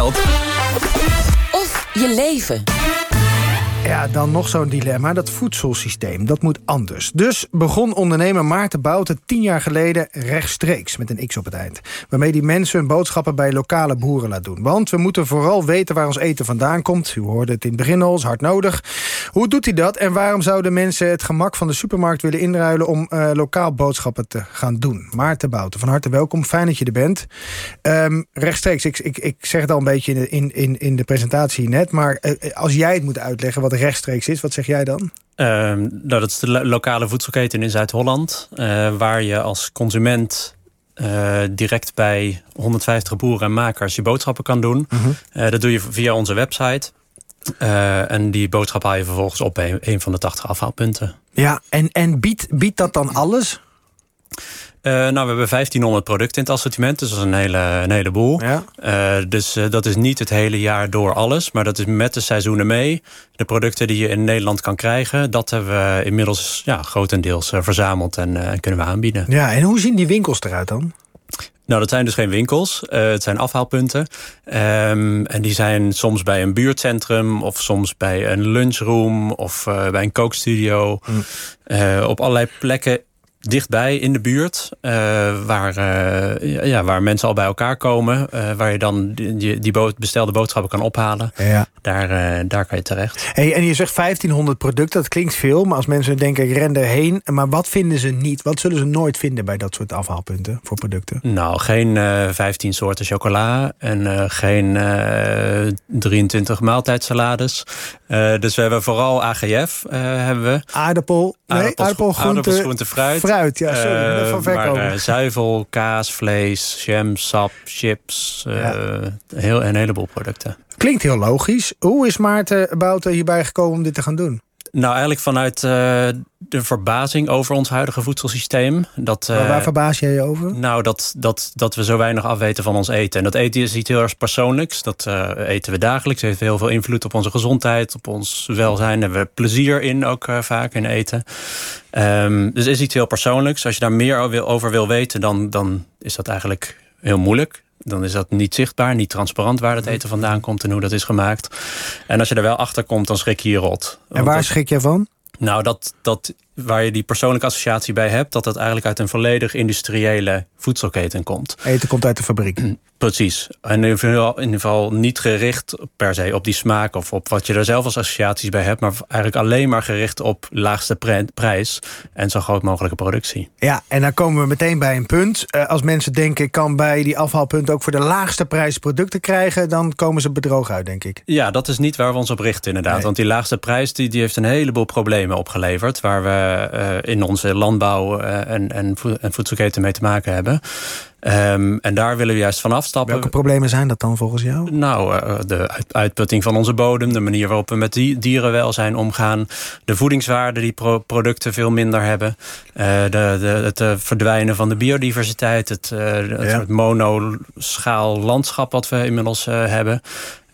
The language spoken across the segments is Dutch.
geld of je leven. Ja, dan nog zo'n dilemma. Dat voedselsysteem, dat moet anders. Dus begon ondernemer Maarten Bouten 10 jaar geleden rechtstreeks, met een X op het eind. Waarmee die mensen hun boodschappen bij lokale boeren laat doen. Want we moeten vooral weten waar ons eten vandaan komt. U hoorde het in het begin al, is hard nodig. Hoe doet hij dat? En waarom zouden mensen het gemak van de supermarkt willen inruilen om lokaal boodschappen te gaan doen? Maarten Bouten, van harte welkom. Fijn dat je er bent. Rechtstreeks, ik zeg het al een beetje in de presentatie net. Maar als jij het moet uitleggen wat rechtstreeks is, wat zeg jij dan? Dat is de lokale voedselketen in Zuid-Holland. Waar je als consument direct bij 150 boeren en makers je boodschappen kan doen. Dat doe je via onze website. En die boodschap haal je vervolgens op bij een van de 80 afhaalpunten. Ja, en biedt dat dan alles? We hebben 1500 producten in het assortiment, dus dat is een heleboel. Ja. Dus dat is niet het hele jaar door alles, maar dat is met de seizoenen mee. De producten die je in Nederland kan krijgen, dat hebben we inmiddels grotendeels verzameld en kunnen we aanbieden. Ja, en hoe zien die winkels eruit dan? Nou, dat zijn dus geen winkels. Het zijn afhaalpunten. En die zijn soms bij een buurtcentrum of soms bij een lunchroom of bij een kookstudio. Op allerlei plekken dichtbij in de buurt, waar mensen al bij elkaar komen, waar je dan die bestelde boodschappen kan ophalen. Ja. Daar kan je terecht. Hey, en je zegt 1500 producten, dat klinkt veel, maar als mensen denken, ik ren erheen, maar wat vinden ze niet? Wat zullen ze nooit vinden bij dat soort afhaalpunten voor producten? Nou, geen 15 soorten chocola en geen 23 maaltijdsalades. Dus we hebben vooral AGF. Aardappel, groente, fruit. Ja, sorry, van verkopen. Maar zuivel, kaas, vlees, jam, sap, chips, een heleboel producten. Klinkt heel logisch. Hoe is Maarten Bouten hierbij gekomen om dit te gaan doen? Nou, eigenlijk vanuit de verbazing over ons huidige voedselsysteem. Waar verbaas jij je over? Nou, dat we zo weinig afweten van ons eten. En dat eten is iets heel erg persoonlijks. Dat eten we dagelijks. Het heeft heel veel invloed op onze gezondheid, op ons welzijn. Daar hebben we plezier in, ook vaak in eten. Dus het is iets heel persoonlijks. Als je daar meer over wil weten, dan is dat eigenlijk heel moeilijk. Dan is dat niet zichtbaar, niet transparant waar het eten vandaan komt en hoe dat is gemaakt. En als je er wel achter komt, dan schrik je je rot. En waar schrik je van? Nou, dat waar je die persoonlijke associatie bij hebt, dat eigenlijk uit een volledig industriële voedselketen komt. Eten komt uit de fabriek. Precies. En in ieder geval niet gericht per se op die smaak of op wat je er zelf als associaties bij hebt, maar eigenlijk alleen maar gericht op laagste prijs en zo groot mogelijke productie. Ja, en dan komen we meteen bij een punt. Als mensen denken, ik kan bij die afhaalpunten ook voor de laagste prijs producten krijgen, dan komen ze bedrogen uit, denk ik. Ja, dat is niet waar we ons op richten inderdaad. Nee. Want die laagste prijs die heeft een heleboel problemen opgeleverd, waar we in onze landbouw en voedselketen mee te maken hebben. En daar willen we juist van afstappen. Welke problemen zijn dat dan volgens jou? Nou, de uitputting van onze bodem, de manier waarop we met dierenwelzijn omgaan, de voedingswaarde die producten veel minder hebben, het verdwijnen van de biodiversiteit, het monoschaal landschap wat we inmiddels hebben.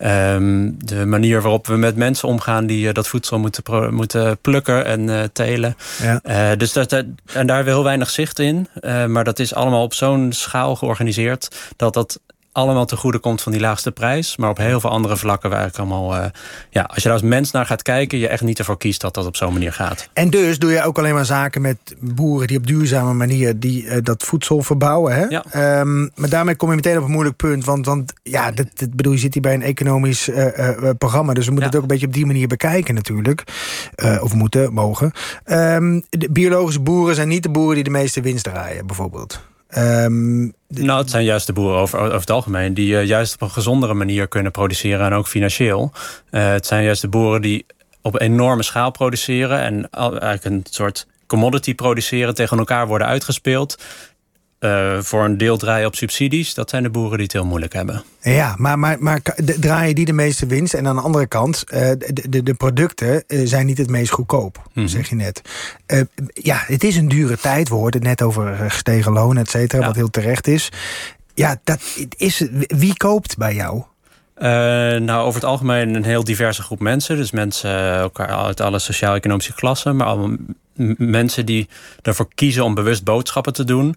De manier waarop we met mensen omgaan die dat voedsel moeten plukken en telen. Ja. En daar hebben we heel weinig zicht in. Maar dat is allemaal op zo'n schaal georganiseerd dat allemaal ten goede komt van die laagste prijs. Maar op heel veel andere vlakken waar ik allemaal als je daar als mens naar gaat kijken, je echt niet ervoor kiest dat op zo'n manier gaat. En dus doe je ook alleen maar zaken met boeren die op duurzame manier dat voedsel verbouwen. Hè? Ja. Maar daarmee kom je meteen op een moeilijk punt. Want je zit hier bij een economisch programma. Dus we moeten het ook een beetje op die manier bekijken natuurlijk. Of mogen. De biologische boeren zijn niet de boeren die de meeste winst draaien, bijvoorbeeld. Nou, het zijn juist de boeren over het algemeen die juist op een gezondere manier kunnen produceren en ook financieel. Het zijn juist de boeren die op een enorme schaal produceren en eigenlijk een soort commodity produceren, tegen elkaar worden uitgespeeld. Voor een deel draaien op subsidies. Dat zijn de boeren die het heel moeilijk hebben. Ja, maar draaien die de meeste winst? En aan de andere kant, de producten zijn niet het meest goedkoop, zeg je net. Het is een dure tijd. We hoorden het net over gestegen loon, et cetera, wat heel terecht is. Ja, wie koopt bij jou? Over het algemeen een heel diverse groep mensen. Dus mensen elkaar uit alle sociaal-economische klassen. Maar allemaal mensen die ervoor kiezen om bewust boodschappen te doen.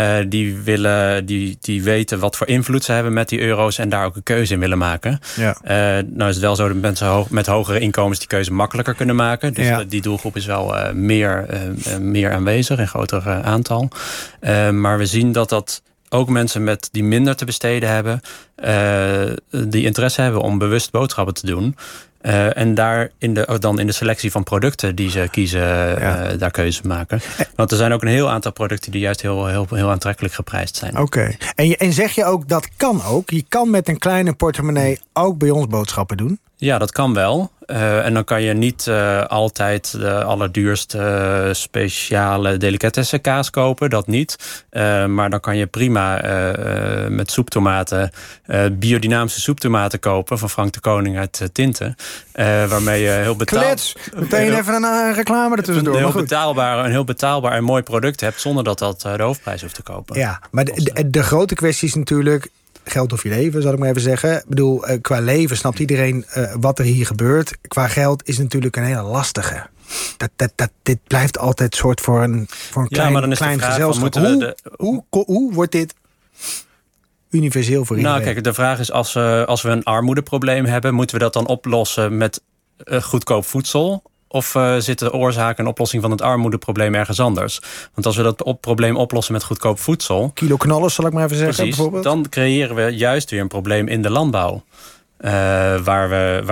Die weten wat voor invloed ze hebben met die euro's en daar ook een keuze in willen maken. Ja. Nou is het wel zo dat mensen met hogere inkomens die keuze makkelijker kunnen maken. Dus die doelgroep is wel meer aanwezig, in groter aantal. Maar we zien dat ook mensen die minder te besteden hebben, die interesse hebben om bewust boodschappen te doen. En daar dan in de selectie van producten die ze kiezen, daar keuzes maken. Want er zijn ook een heel aantal producten die juist heel aantrekkelijk geprijsd zijn. Oké. En zeg je ook, dat kan ook? Je kan met een kleine portemonnee ook bij ons boodschappen doen? Ja, dat kan wel. En dan kan je niet altijd de allerduurste speciale delicatessen kaas kopen. Dat niet. Maar dan kan je prima met soeptomaten biodynamische soeptomaten kopen van Frank de Koning uit Tinten. Waarmee je heel Klets! Meteen even een reclame ertussendoor. Een heel betaalbaar en mooi product hebt zonder dat de hoofdprijs hoeft te kopen. Ja, maar de grote kwestie is natuurlijk geld of je leven, zal ik maar even zeggen. Ik bedoel, qua leven snapt iedereen wat er hier gebeurt. Qua geld is natuurlijk een hele lastige. Dit blijft altijd soort voor een klein gezelschap. Hoe wordt dit universeel voor iedereen? Nou, kijk, de vraag is, als we een armoedeprobleem hebben, moeten we dat dan oplossen met goedkoop voedsel? Of zit de oorzaak en oplossing van het armoedeprobleem ergens anders? Want als we dat probleem oplossen met goedkoop voedsel, kilo knallers, zal ik maar even zeggen. Precies, bijvoorbeeld, dan creëren we juist weer een probleem in de landbouw. Waar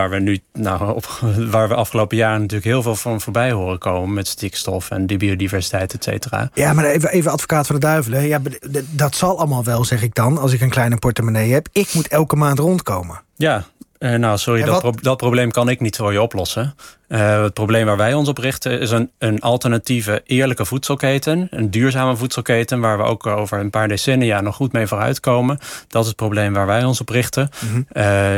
we afgelopen jaren natuurlijk heel veel van voorbij horen komen met stikstof en die biodiversiteit, et cetera. Ja, maar even advocaat van de duivel. Hè. Ja, dat zal allemaal wel, zeg ik dan, als ik een kleine portemonnee heb. Ik moet elke maand rondkomen. Ja. Dat probleem kan ik niet voor je oplossen. Het probleem waar wij ons op richten is een alternatieve eerlijke voedselketen. Een duurzame voedselketen waar we ook over een paar decennia nog goed mee vooruitkomen. Dat is het probleem waar wij ons op richten. Mm-hmm.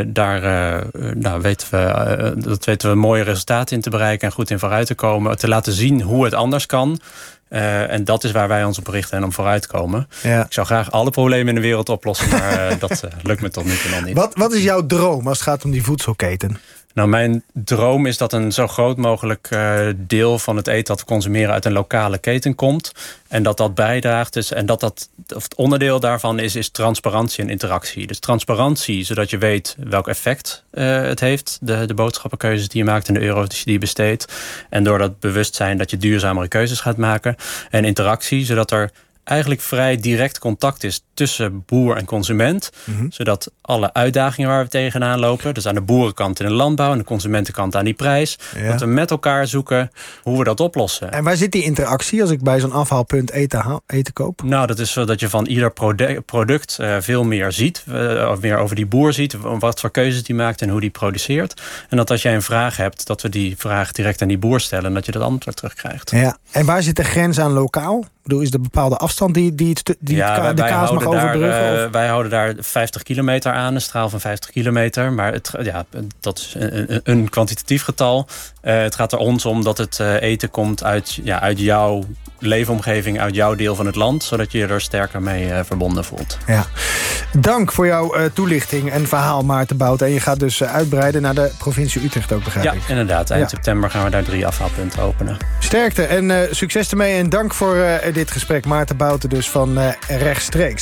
weten we mooie resultaten in te bereiken en goed in vooruit te komen. Te laten zien hoe het anders kan. En dat is waar wij ons op richten en om vooruit te komen. Ja. Ik zou graag alle problemen in de wereld oplossen, maar dat lukt me tot nu toe nog niet. Wat is jouw droom als het gaat om die voedselketen? Nou, mijn droom is dat een zo groot mogelijk deel van het eten dat we consumeren uit een lokale keten komt. En dat bijdraagt. Dus, en het onderdeel daarvan is transparantie en interactie. Dus transparantie, zodat je weet welk effect het heeft. De boodschappenkeuzes die je maakt en de euro's die je besteedt. En door dat bewustzijn dat je duurzamere keuzes gaat maken. En interactie, zodat er eigenlijk vrij direct contact is tussen boer en consument. Mm-hmm. Zodat alle uitdagingen waar we tegenaan lopen, dus aan de boerenkant in de landbouw en de consumentenkant aan die prijs, dat we met elkaar zoeken hoe we dat oplossen. En waar zit die interactie als ik bij zo'n afhaalpunt eten koop? Nou, dat is zo dat je van ieder product veel meer ziet, of meer over die boer ziet, wat voor keuzes die maakt en hoe die produceert. En dat als jij een vraag hebt, dat we die vraag direct aan die boer stellen en dat je dat antwoord terugkrijgt. Ja. En waar zit de grens aan lokaal? Is er bepaalde afstand die de kaas mag overbruggen? Wij houden daar 50 kilometer aan, een straal van 50 kilometer. Maar dat is een kwantitatief getal. Het gaat er ons om dat het eten komt uit jouw leefomgeving, uit jouw deel van het land, zodat je er sterker mee verbonden voelt. Ja. Dank voor jouw toelichting en verhaal, Maarten Bout. En je gaat dus uitbreiden naar de provincie Utrecht ook, begrijp ik. Ja, inderdaad. Eind september gaan we daar 3 afhaalpunten openen. Sterkte en succes ermee en dank voor dit gesprek. Maarten Bout dus van Rechtstreeks.